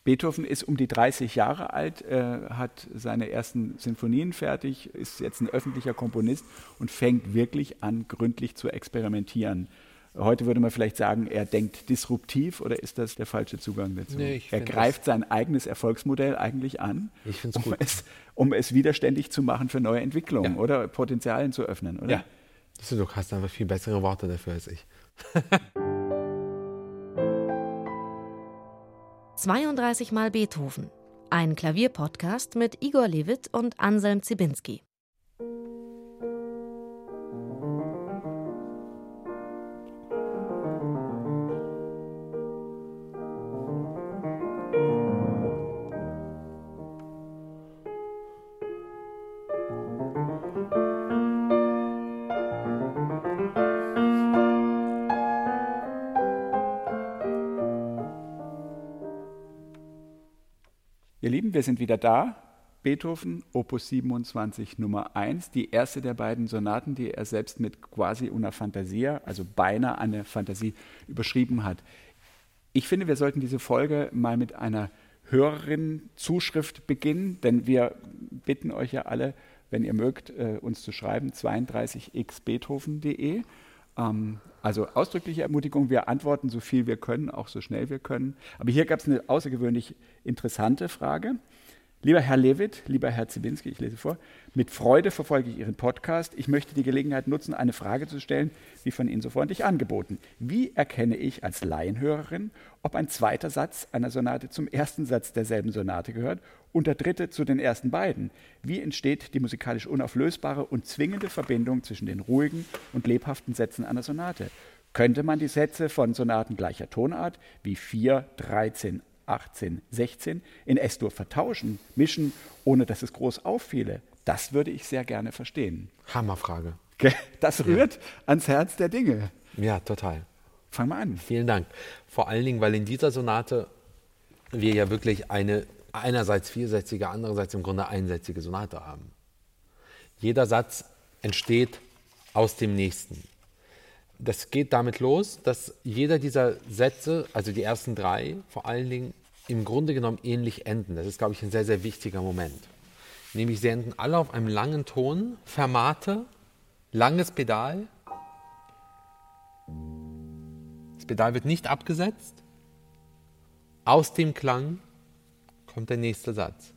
Beethoven ist um die 30 Jahre alt, hat seine ersten Sinfonien fertig, ist jetzt ein öffentlicher Komponist und fängt wirklich an, gründlich zu experimentieren. Heute würde man vielleicht sagen, er denkt disruptiv, oder ist das der falsche Zugang dazu? Nee, er greift sein eigenes Erfolgsmodell eigentlich an, um es widerständig zu machen für neue Entwicklungen, oder Potenzialen zu öffnen, oder? Ja. Du hast einfach viel bessere Worte dafür als ich. 32 Mal Beethoven. Ein Klavierpodcast mit Igor Levit und Anselm Zibinski. Ihr Lieben, wir sind wieder da. Beethoven, Opus 27 Nummer 1, die erste der beiden Sonaten, die er selbst mit quasi una fantasia, also beinahe eine Fantasie, überschrieben hat. Ich finde, wir sollten diese Folge mal mit einer Hörerin-Zuschrift beginnen, denn wir bitten euch ja alle, wenn ihr mögt, uns zu schreiben, 32xbeethoven.de. Also ausdrückliche Ermutigung, wir antworten so viel wir können, auch so schnell wir können. Aber hier gab es eine außergewöhnlich interessante Frage. Lieber Herr Levit, lieber Herr Zibinski, ich lese vor, mit Freude verfolge ich Ihren Podcast. Ich möchte die Gelegenheit nutzen, eine Frage zu stellen, wie von Ihnen so freundlich angeboten. Wie erkenne ich als Laienhörerin, ob ein zweiter Satz einer Sonate zum ersten Satz derselben Sonate gehört und der dritte zu den ersten beiden? Wie entsteht die musikalisch unauflösbare und zwingende Verbindung zwischen den ruhigen und lebhaften Sätzen einer Sonate? Könnte man die Sätze von Sonaten gleicher Tonart wie 4, 13, 18, 16 in S-Dur vertauschen, mischen, ohne dass es groß auffiele? Das würde ich sehr gerne verstehen. Hammerfrage. Das rührt ans Herz der Dinge. Ja, total. Fang mal an. Vielen Dank. Vor allen Dingen, weil in dieser Sonate wir ja wirklich eine einerseits viersätzige, andererseits im Grunde einsätzige Sonate haben. Jeder Satz entsteht aus dem nächsten. Das geht damit los, dass jeder dieser Sätze, also die ersten drei, vor allen Dingen im Grunde genommen ähnlich enden. Das ist, glaube ich, ein sehr, sehr wichtiger Moment. Nämlich sie enden alle auf einem langen Ton, Fermate, langes Pedal. Das Pedal wird nicht abgesetzt. Aus dem Klang kommt der nächste Satz.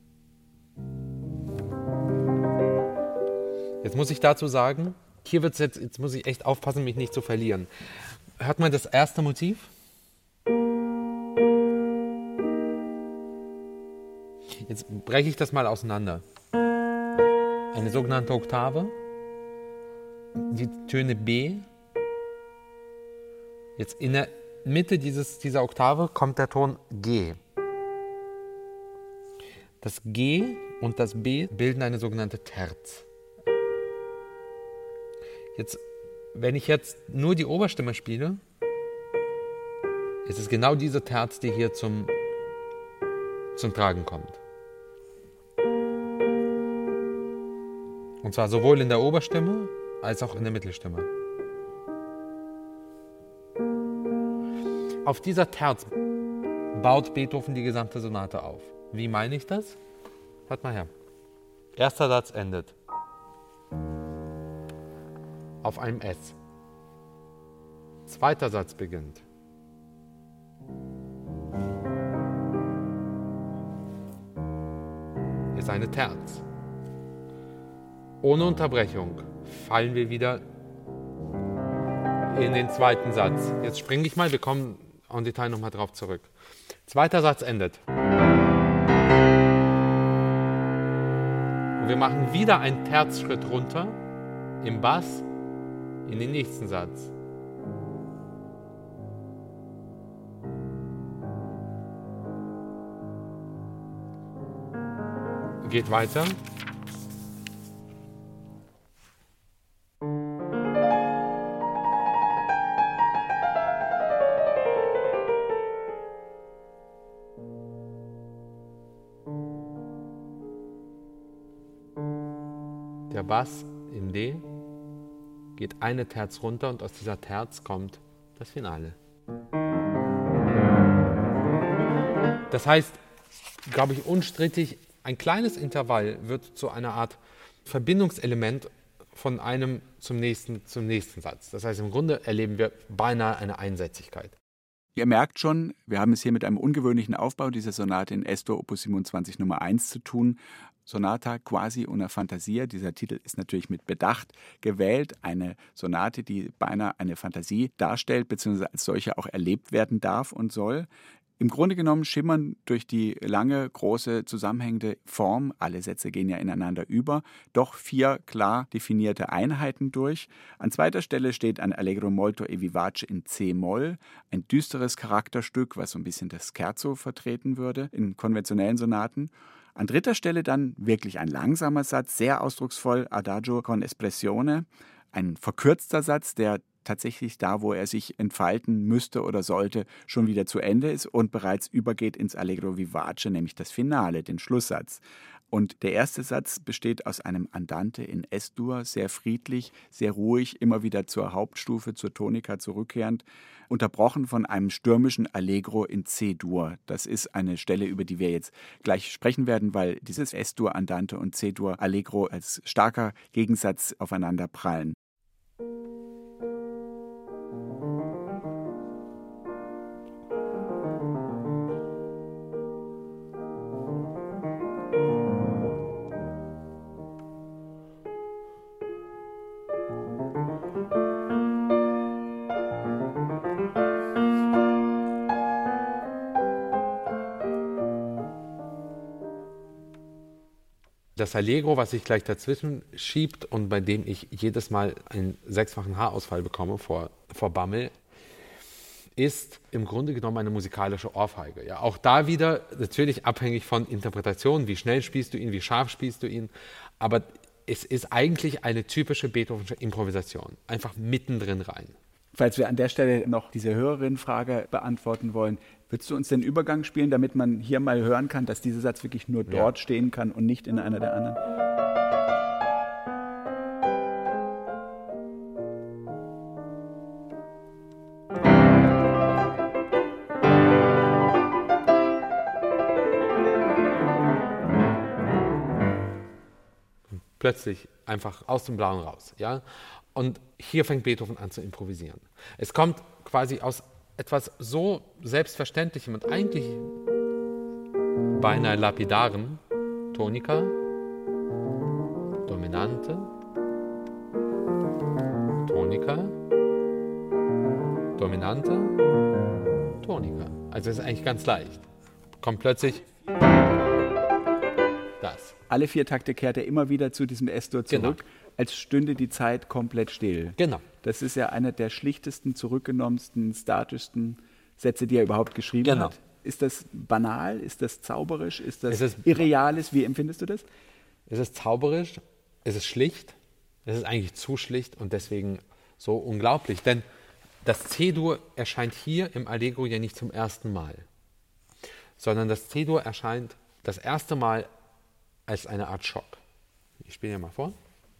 Jetzt muss ich dazu sagen, jetzt muss ich echt aufpassen, mich nicht zu verlieren. Hört man das erste Motiv? Jetzt breche ich das mal auseinander. Eine sogenannte Oktave. Die Töne B. Jetzt in der Mitte dieser Oktave kommt der Ton G. Das G und das B bilden eine sogenannte Terz. Jetzt, wenn ich jetzt nur die Oberstimme spiele, ist es genau diese Terz, die hier zum Tragen kommt. Und zwar sowohl in der Oberstimme als auch in der Mittelstimme. Auf dieser Terz baut Beethoven die gesamte Sonate auf. Wie meine ich das? Hört mal her. Erster Satz endet auf einem S. Zweiter Satz beginnt. Ist eine Terz. Ohne Unterbrechung fallen wir wieder in den zweiten Satz. Jetzt springe ich mal, wir kommen im Detail nochmal drauf zurück. Zweiter Satz endet. Und wir machen wieder einen Terzschritt runter im Bass in den nächsten Satz. Geht weiter. Der Bass im D geht eine Terz runter und aus dieser Terz kommt das Finale. Das heißt, glaube ich, unstrittig, ein kleines Intervall wird zu einer Art Verbindungselement von einem zum nächsten Satz. Das heißt, im Grunde erleben wir beinahe eine Einsätzigkeit. Ihr merkt schon, wir haben es hier mit einem ungewöhnlichen Aufbau dieser Sonate in S-Dur Opus 27 Nummer 1 zu tun. Sonata quasi una fantasia. Dieser Titel ist natürlich mit Bedacht gewählt. Eine Sonate, die beinahe eine Fantasie darstellt, beziehungsweise als solche auch erlebt werden darf und soll. Im Grunde genommen schimmern durch die lange, große, zusammenhängende Form, alle Sätze gehen ja ineinander über, doch 4 klar definierte Einheiten durch. An zweiter Stelle steht ein Allegro molto e vivace in C-Moll, ein düsteres Charakterstück, was so ein bisschen das Scherzo vertreten würde in konventionellen Sonaten. An dritter Stelle dann wirklich ein langsamer Satz, sehr ausdrucksvoll, Adagio con espressione, ein verkürzter Satz, der tatsächlich da, wo er sich entfalten müsste oder sollte, schon wieder zu Ende ist und bereits übergeht ins Allegro vivace, nämlich das Finale, den Schlusssatz. Und der erste Satz besteht aus einem Andante in S-Dur, sehr friedlich, sehr ruhig, immer wieder zur Hauptstufe, zur Tonika zurückkehrend, unterbrochen von einem stürmischen Allegro in C-Dur. Das ist eine Stelle, über die wir jetzt gleich sprechen werden, weil dieses S-Dur-Andante und C-Dur-Allegro als starker Gegensatz aufeinander prallen. Das Allegro, was sich gleich dazwischen schiebt und bei dem ich jedes Mal einen 6-fachen Haarausfall bekomme vor Bammel, ist im Grunde genommen eine musikalische Ohrfeige. Ja, auch da wieder natürlich abhängig von Interpretationen, wie schnell spielst du ihn, wie scharf spielst du ihn, aber es ist eigentlich eine typische Beethovensche Improvisation, einfach mittendrin rein. Falls wir an der Stelle noch diese Hörerinnenfrage beantworten wollen, würdest du uns den Übergang spielen, damit man hier mal hören kann, dass dieser Satz wirklich nur dort stehen kann und nicht in einer der anderen? Plötzlich einfach aus dem Blauen raus. Ja? Und hier fängt Beethoven an zu improvisieren. Es kommt quasi aus etwas so Selbstverständlichem und eigentlich beinahe lapidaren, Tonika, Dominante, Tonika, Dominante, Tonika. Also es ist eigentlich ganz leicht. Kommt plötzlich das. Alle 4 Takte kehrt er immer wieder zu diesem S-Dur zurück, Genau. als stünde die Zeit komplett still. Genau. Das ist ja einer der schlichtesten, zurückgenommensten, statischsten Sätze, die er überhaupt geschrieben hat. Ist das banal? Ist das zauberisch? Ist das Irreales? Wie empfindest du das? Es ist zauberisch, es ist schlicht, es ist eigentlich zu schlicht und deswegen so unglaublich. Denn das C-Dur erscheint hier im Allegro ja nicht zum ersten Mal, sondern das C-Dur erscheint das erste Mal als eine Art Schock. Ich spiele ja mal vor.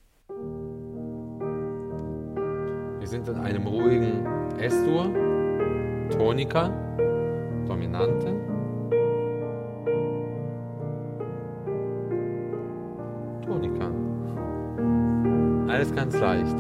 Wir sind in einem ruhigen S-Dur, Tonika, Dominante, Tonika. Alles ganz leicht.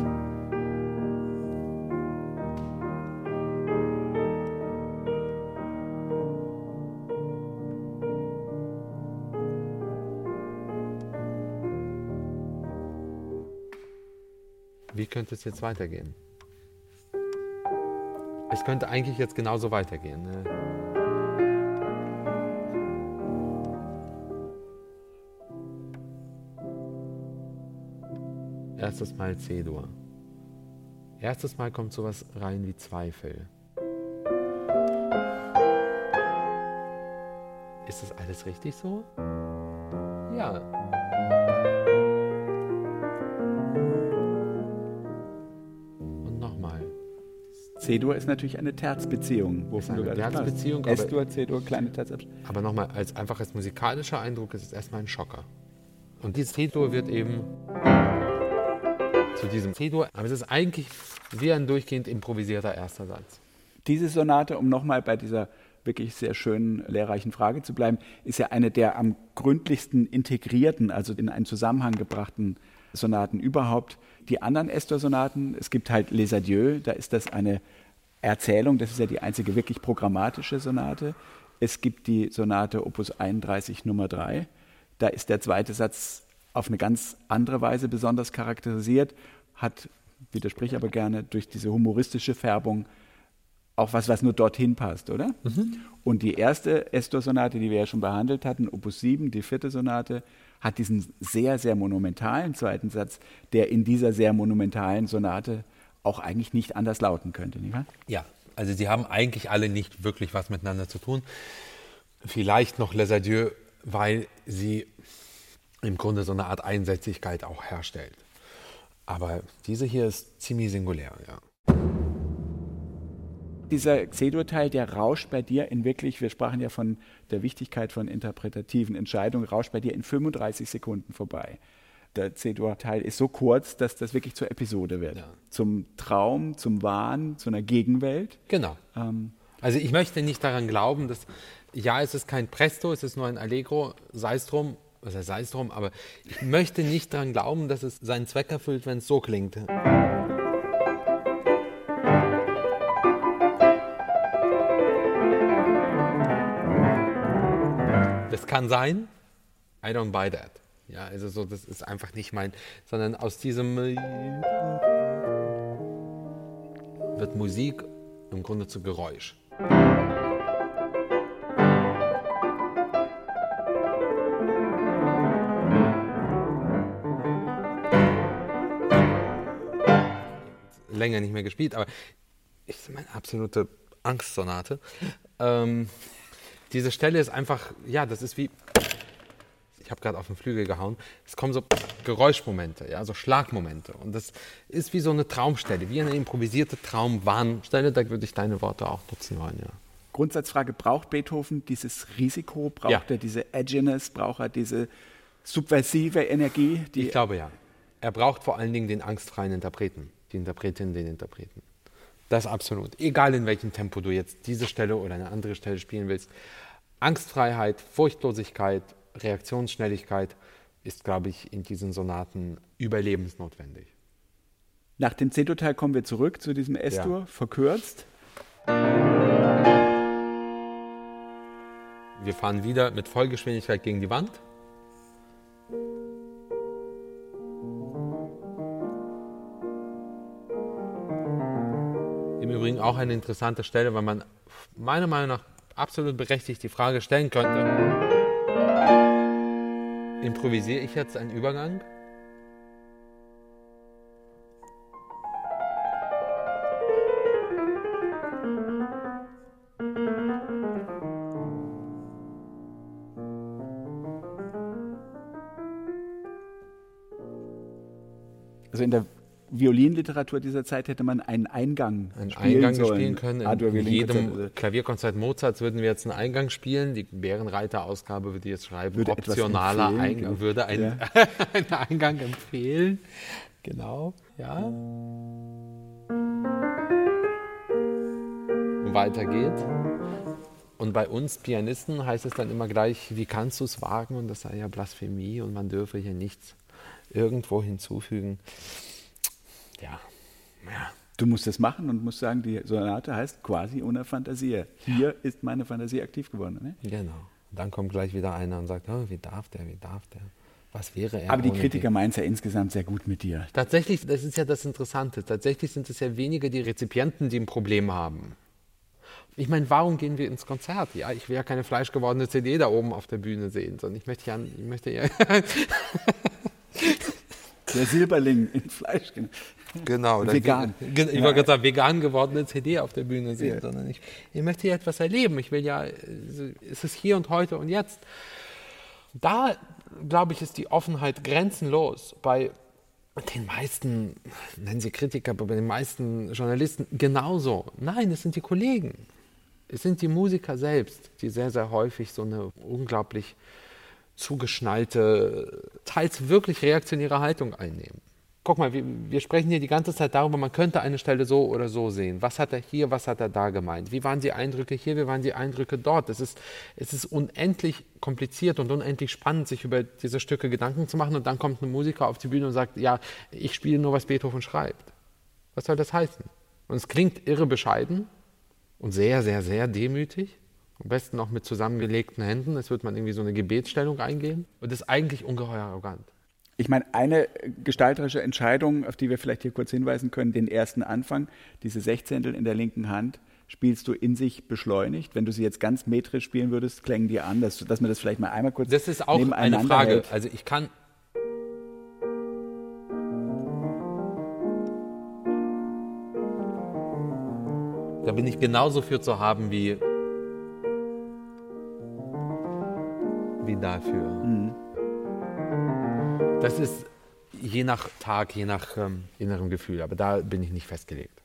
Wie könnte es jetzt weitergehen? Es könnte eigentlich jetzt genauso weitergehen. Ne? Erstes Mal C-Dur. Erstes Mal kommt sowas rein wie Zweifel. Ist das alles richtig so? Ja. C-Dur ist natürlich eine Terzbeziehung. Wovon du gerade sprachst. S-Dur, C-Dur, kleine Terzabschnitt. Aber nochmal, einfach als musikalischer Eindruck ist es erstmal ein Schocker. Und dieses C-Dur wird eben zu diesem C-Dur. Aber es ist eigentlich wie ein durchgehend improvisierter erster Satz. Diese Sonate, um nochmal bei dieser wirklich sehr schönen, lehrreichen Frage zu bleiben, ist ja eine der am gründlichsten integrierten, also in einen Zusammenhang gebrachten Sonaten überhaupt. Die anderen Astor-Sonaten, es gibt halt Les Adieux, da ist das eine Erzählung, das ist ja die einzige wirklich programmatische Sonate. Es gibt die Sonate Opus 31 Nummer 3, da ist der zweite Satz auf eine ganz andere Weise besonders charakterisiert, hat, widersprich aber gerne, durch diese humoristische Färbung auch was nur dorthin passt, oder? Mhm. Und die erste Astor-Sonate, die wir ja schon behandelt hatten, Opus 7, die 4. Sonate, hat diesen sehr, sehr monumentalen zweiten Satz, der in dieser sehr monumentalen Sonate auch eigentlich nicht anders lauten könnte, nicht wahr? Ja, also sie haben eigentlich alle nicht wirklich was miteinander zu tun. Vielleicht noch Les Adieux, weil sie im Grunde so eine Art Einsätzigkeit auch herstellt. Aber diese hier ist ziemlich singulär, ja. Dieser C-Dur-Teil, der rauscht bei dir in wirklich, wir sprachen ja von der Wichtigkeit von interpretativen Entscheidungen, rauscht bei dir in 35 Sekunden vorbei. Der C-Dur-Teil ist so kurz, dass das wirklich zur Episode wird. Ja. Zum Traum, zum Wahn, zu einer Gegenwelt. Genau. Also ich möchte nicht daran glauben, dass, ja, es ist kein Presto, es ist nur ein Allegro, sei es drum, aber ich möchte nicht daran glauben, dass es seinen Zweck erfüllt, wenn es so klingt. Das kann sein, I don't buy that. Ja, also so, das ist einfach nicht mein, sondern aus diesem wird Musik im Grunde zu Geräusch. Länger nicht mehr gespielt, aber ist meine absolute Angstsonate. Diese Stelle ist einfach, ja, das ist wie, ich habe gerade auf den Flügel gehauen, es kommen so Geräuschmomente, ja, so Schlagmomente. Und das ist wie so eine Traumstelle, wie eine improvisierte Traumwarnstelle. Da würde ich deine Worte auch nutzen wollen, ja. Grundsatzfrage, braucht Beethoven dieses Risiko? Braucht er diese Edginess? Braucht er diese subversive Energie? Ich glaube ja. Er braucht vor allen Dingen den angstfreien Interpreten, die Interpretin, den Interpreten. Das absolut. Egal in welchem Tempo du jetzt diese Stelle oder eine andere Stelle spielen willst. Angstfreiheit, Furchtlosigkeit, Reaktionsschnelligkeit ist, glaube ich, in diesen Sonaten überlebensnotwendig. Nach dem C-Dur-Teil kommen wir zurück zu diesem S-Dur, verkürzt. Wir fahren wieder mit Vollgeschwindigkeit gegen die Wand. Im Übrigen auch eine interessante Stelle, weil man meiner Meinung nach absolut berechtigt die Frage stellen könnte: Improvisiere ich jetzt einen Übergang? Also in der Violinliteratur dieser Zeit hätte man einen Eingang spielen können. In jedem Klavierkonzert Mozarts würden wir jetzt einen Eingang spielen. Die Bärenreiter-Ausgabe würde jetzt schreiben, würde optionaler Eingang, würde einen Eingang empfehlen. Genau, ja. Weiter geht's. Und bei uns Pianisten heißt es dann immer gleich, wie kannst du es wagen? Und das sei ja Blasphemie und man dürfe hier nichts irgendwo hinzufügen. Ja. Du musst es machen und musst sagen, die Sonate heißt quasi una fantasia. Hier ist meine Fantasie aktiv geworden. Ne? Genau. Und dann kommt gleich wieder einer und sagt, oh, wie darf der? Was wäre er? Aber die Kritiker meinen es ja insgesamt sehr gut mit dir. Tatsächlich, das ist ja das Interessante, tatsächlich sind es ja weniger die Rezipienten, die ein Problem haben. Ich meine, warum gehen wir ins Konzert? Ja, ich will ja keine fleischgewordene CD da oben auf der Bühne sehen, sondern ich möchte ja der Silberling in Fleisch. Genau. Vegan. Ich wollte gerade sagen, vegan gewordene CD auf der Bühne sehen, sondern ich möchte ja etwas erleben. Ich will ja, es ist hier und heute und jetzt. Da, glaube ich, ist die Offenheit grenzenlos. Bei den meisten, nennen Sie Kritiker, aber bei den meisten Journalisten genauso. Nein, es sind die Kollegen. Es sind die Musiker selbst, die sehr, sehr häufig so eine unglaublich zugeschnallte, teils wirklich reaktionäre Haltung einnehmen. guck mal, wir sprechen hier die ganze Zeit darüber, man könnte eine Stelle so oder so sehen. Was hat er hier, was hat er da gemeint? Wie waren die Eindrücke hier, wie waren die Eindrücke dort? Es ist unendlich kompliziert und unendlich spannend, sich über diese Stücke Gedanken zu machen. Und dann kommt ein Musiker auf die Bühne und sagt, ja, ich spiele nur, was Beethoven schreibt. Was soll das heißen? Und es klingt irre bescheiden und sehr, sehr, sehr demütig. Am besten auch mit zusammengelegten Händen, als würde man irgendwie so eine Gebetsstellung eingehen. Und das ist eigentlich ungeheuer arrogant. Ich meine, eine gestalterische Entscheidung, auf die wir vielleicht hier kurz hinweisen können, den ersten Anfang, diese Sechzehntel in der linken Hand, spielst du in sich beschleunigt. Wenn du sie jetzt ganz metrisch spielen würdest, klängen die an, dass man das vielleicht mal einmal kurz Das ist auch eine Frage. Hält. Also ich kann... Da bin ich genauso für zu haben wie dafür. Mhm. Das ist je nach Tag, je nach innerem Gefühl, aber da bin ich nicht festgelegt.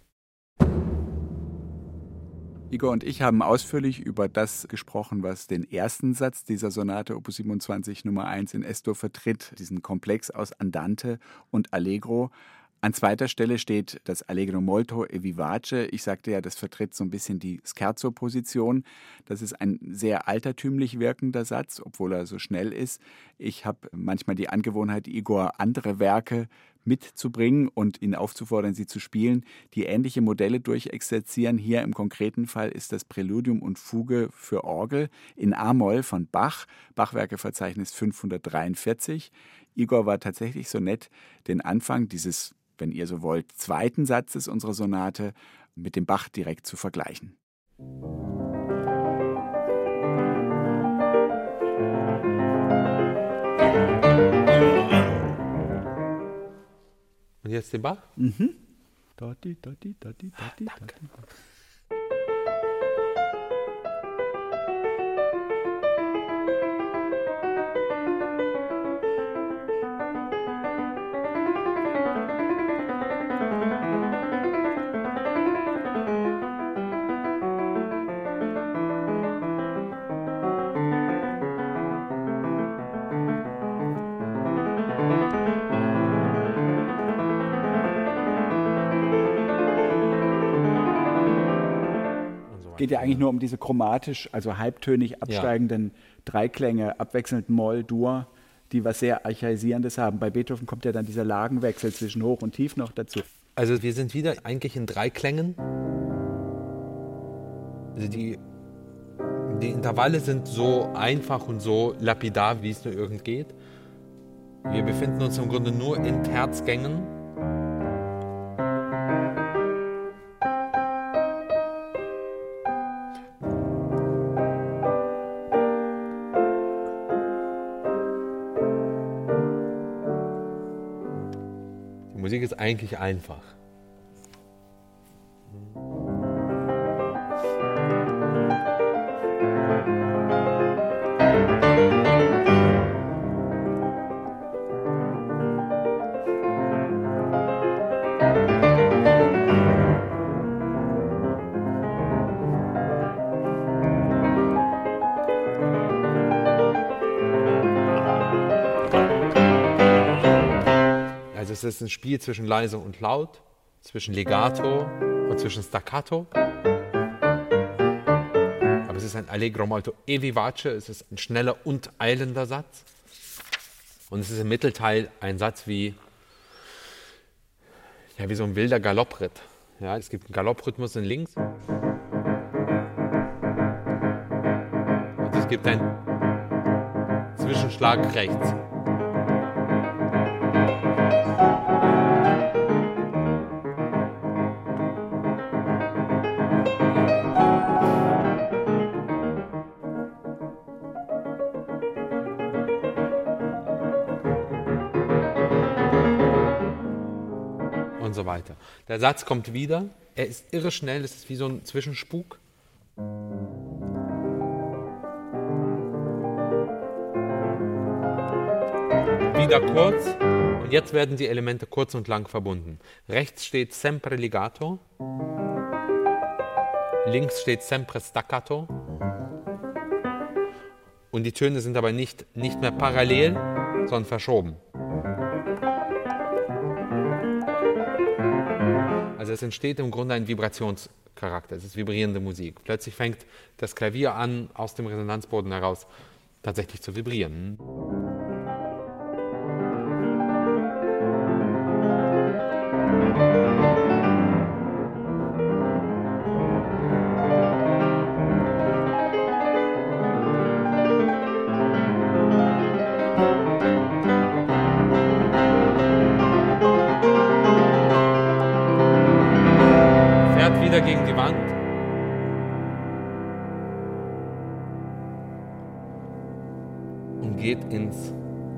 Igor und ich haben ausführlich über das gesprochen, was den ersten Satz dieser Sonate Opus 27 Nummer 1 in Es-Dur vertritt, diesen Komplex aus Andante und Allegro. An zweiter Stelle steht das Allegro molto e vivace. Ich sagte ja, das vertritt so ein bisschen die Scherzo-Position. Das ist ein sehr altertümlich wirkender Satz, obwohl er so schnell ist. Ich habe manchmal die Angewohnheit, Igor andere Werke mitzubringen und ihn aufzufordern, sie zu spielen, die ähnliche Modelle durchexerzieren. Hier im konkreten Fall ist das Präludium und Fuge für Orgel in A-Moll von Bach, Bachwerkeverzeichnis 543. Igor war tatsächlich so nett, den Anfang dieses, wenn ihr so wollt, zweiten Satzes unserer Sonate mit dem Bach direkt zu vergleichen. Und jetzt den Bach? Mhm. Danke. Geht ja eigentlich nur um diese chromatisch, also halbtönig absteigenden Dreiklänge, abwechselnd Moll, Dur, die was sehr Archaisierendes haben. Bei Beethoven kommt ja dann dieser Lagenwechsel zwischen Hoch und Tief noch dazu. Also wir sind wieder eigentlich in Dreiklängen. Also die Intervalle sind so einfach und so lapidar, wie es nur irgend geht. Wir befinden uns im Grunde nur in Terzgängen. Die Musik ist eigentlich einfach. Also es ist ein Spiel zwischen leise und laut, zwischen Legato und zwischen Staccato. Aber es ist ein Allegro molto e vivace, es ist ein schneller und eilender Satz. Und es ist im Mittelteil ein Satz wie so ein wilder Galoppritt. Ja, es gibt einen Galopprhythmus in links. Und es gibt einen Zwischenschlag rechts. Und so weiter. Der Satz kommt wieder. Er ist irre schnell. Es ist wie so ein Zwischenspuk. Wieder kurz. Und jetzt werden die Elemente kurz und lang verbunden. Rechts steht sempre legato. Links steht sempre staccato. Und die Töne sind aber nicht mehr parallel, sondern verschoben. Also es entsteht im Grunde ein Vibrationscharakter, es ist vibrierende Musik. Plötzlich fängt das Klavier an, aus dem Resonanzboden heraus tatsächlich zu vibrieren. Wieder gegen die Wand. Und geht ins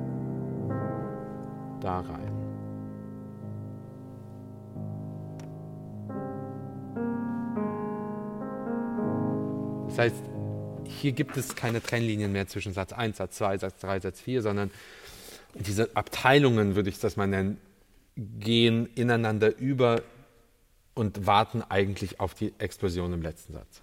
da rein. Das heißt, hier gibt es keine Trennlinien mehr zwischen Satz 1, Satz 2, Satz 3, Satz 4, sondern diese Abteilungen, würde ich das mal nennen, gehen ineinander über und warten eigentlich auf die Explosion im letzten Satz.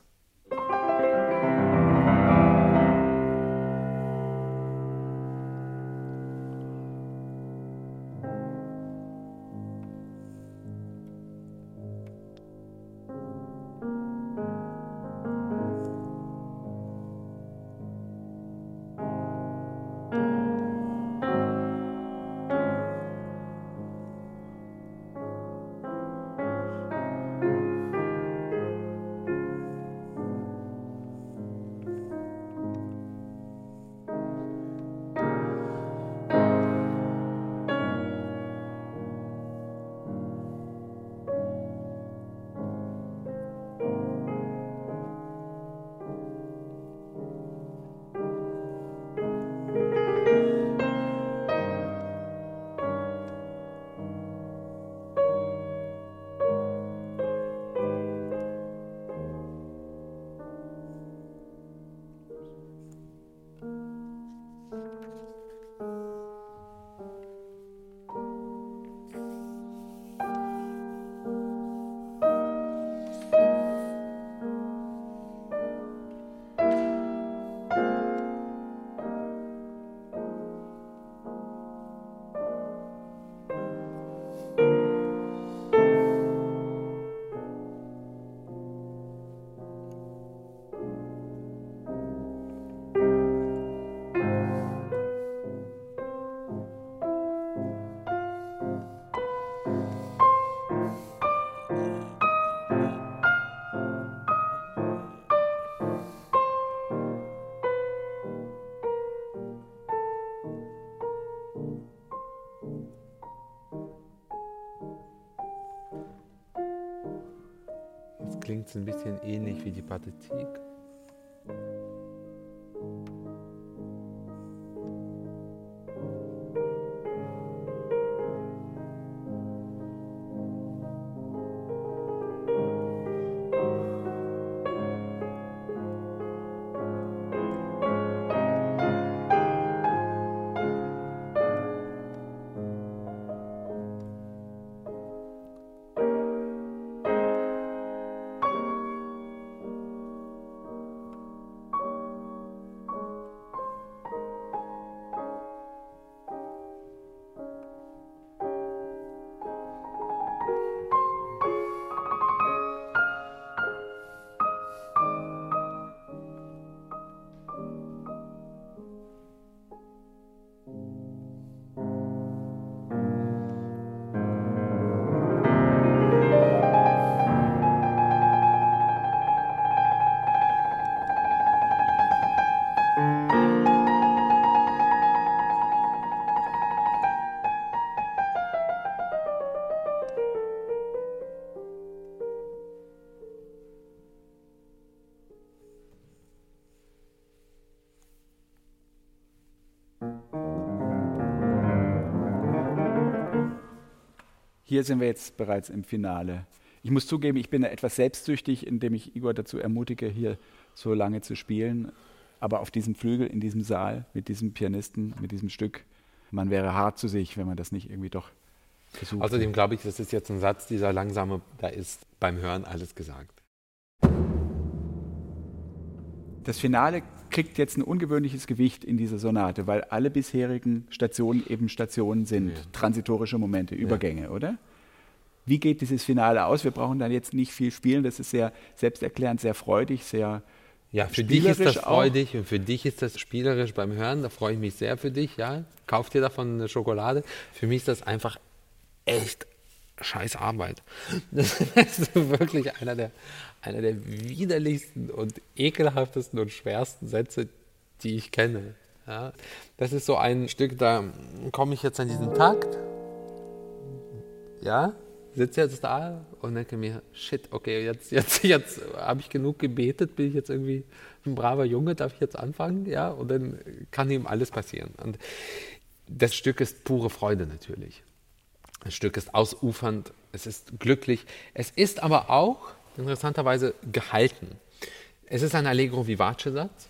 Klingt ein bisschen ähnlich wie die Pathetik. Hier sind wir jetzt bereits im Finale. Ich muss zugeben, ich bin etwas selbstsüchtig, indem ich Igor dazu ermutige, hier so lange zu spielen. Aber auf diesem Flügel, in diesem Saal, mit diesem Pianisten, mit diesem Stück, man wäre hart zu sich, wenn man das nicht irgendwie doch versucht. Außerdem glaube ich, das ist jetzt ein Satz, dieser langsame, da ist beim Hören alles gesagt. Das Finale kriegt jetzt ein ungewöhnliches Gewicht in dieser Sonate, weil alle bisherigen Stationen eben Stationen sind, transitorische Momente, Übergänge, oder? Wie geht dieses Finale aus? Wir brauchen dann jetzt nicht viel spielen, das ist sehr selbsterklärend, sehr freudig, sehr Ja, für dich ist das auch. freudig und für dich ist das spielerisch beim Hören. Da freue ich mich sehr für dich. Ja, kauf dir davon eine Schokolade. Für mich ist das einfach echt scheiß Arbeit. Das ist wirklich einer der widerlichsten und ekelhaftesten und schwersten Sätze, die ich kenne. Ja, das ist so ein Stück, da komme ich jetzt an diesen Takt. Ja, sitze jetzt da und denke mir, shit, okay, jetzt habe ich genug gebetet, bin ich jetzt irgendwie ein braver Junge, darf ich jetzt anfangen? Ja, und dann kann ihm alles passieren. Und das Stück ist pure Freude natürlich. Das Stück ist ausufernd, es ist glücklich, es ist aber auch interessanterweise gehalten. Es ist ein Allegro vivace Satz.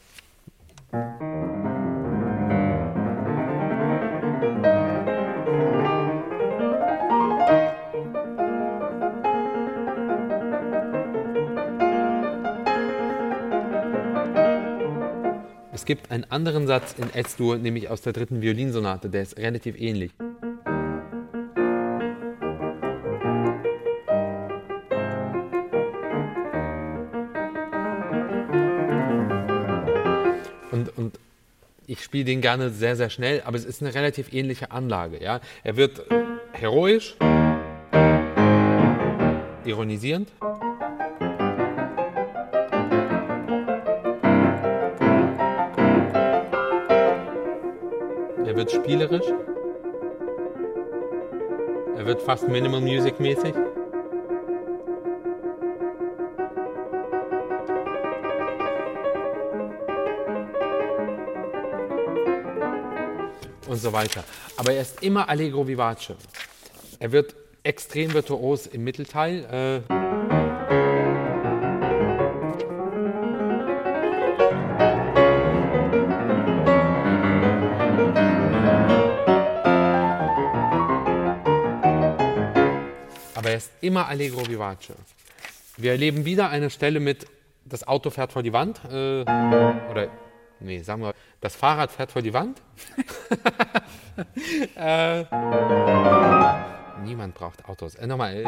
Es gibt einen anderen Satz in Es-Dur, nämlich aus der 3. Violinsonate, der ist relativ ähnlich. Und ich spiele den gerne sehr, sehr schnell, aber es ist eine relativ ähnliche Anlage. Ja? Er wird heroisch, ironisierend. Er wird spielerisch. Er wird fast Minimal Music mäßig. Und so weiter. Aber er ist immer Allegro vivace. Er wird extrem virtuos im Mittelteil. Aber er ist immer Allegro vivace. Wir erleben wieder eine Stelle mit, das Auto fährt vor die Wand. Sagen wir, das Fahrrad fährt vor die Wand. Niemand braucht Autos. Nochmal.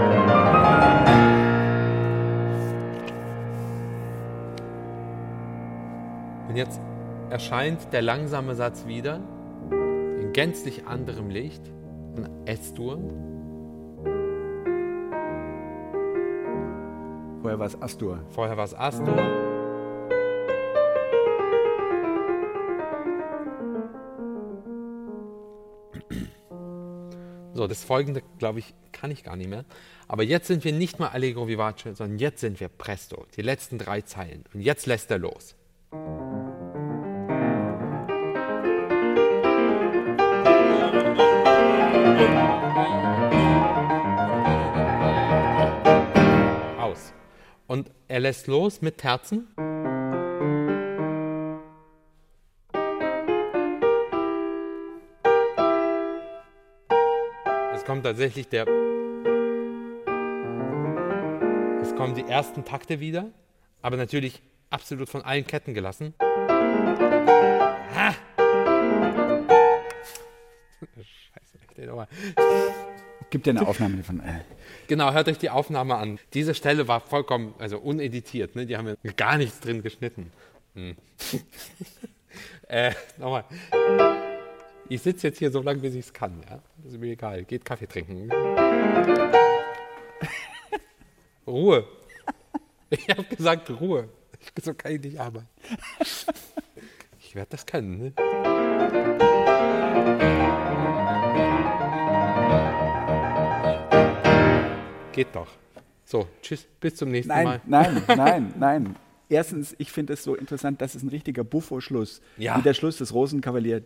Und jetzt erscheint der langsame Satz wieder in gänzlich anderem Licht. Ein Es-Dur. Vorher war es As-Dur. Vorher war es As-Dur. So, das Folgende, glaube ich, kann ich gar nicht mehr. Aber jetzt sind wir nicht mal Allegro vivace, sondern jetzt sind wir Presto. Die letzten 3 Zeilen. Und jetzt lässt er los. Aus. Und er lässt los mit Terzen. Kommt tatsächlich es kommen die ersten Takte wieder, aber natürlich absolut von allen Ketten gelassen. Ha! Scheiße, Gibt ja eine Aufnahme davon. Genau, hört euch die Aufnahme an. Diese Stelle war vollkommen, uneditiert, ne? Die haben ja gar nichts drin geschnitten. Nochmal. Ich sitze jetzt hier so lange, bis ich es kann. Ja? Das ist mir egal. Geht Kaffee trinken. Ruhe. Ich habe gesagt Ruhe. So kann ich nicht arbeiten. Ich werde das können. Ne? Geht doch. So, tschüss. Bis zum nächsten Mal. Nein. Erstens, ich finde es so interessant, das ist ein richtiger Buffo-Schluss. Ja. Wie der Schluss des Rosenkavalier.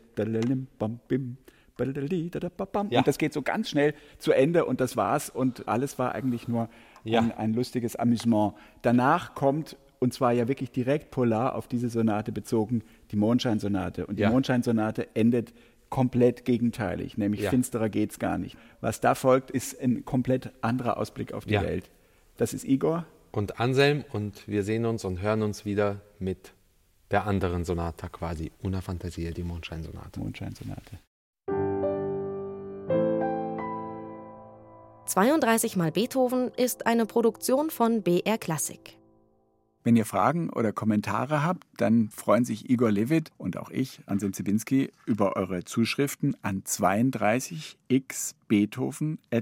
Ja. Und das geht so ganz schnell zu Ende und das war's. Und alles war eigentlich nur ein lustiges Amüsement. Danach kommt, und zwar ja wirklich direkt polar auf diese Sonate bezogen, die Mondscheinsonate. Und die Mondscheinsonate endet komplett gegenteilig, nämlich finsterer geht's gar nicht. Was da folgt, ist ein komplett anderer Ausblick auf die Welt. Das ist Igor. Und Anselm, und wir sehen uns und hören uns wieder mit der anderen Sonata quasi, Una Fantasia, die Mondscheinsonate. Mondscheinsonate. 32 mal Beethoven ist eine Produktion von BR Klassik. Wenn ihr Fragen oder Kommentare habt, dann freuen sich Igor Levit und auch ich, Anselm Ziebinski, über eure Zuschriften an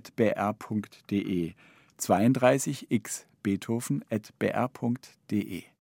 32xbeethoven@br.de. 32xbeethoven@br.de.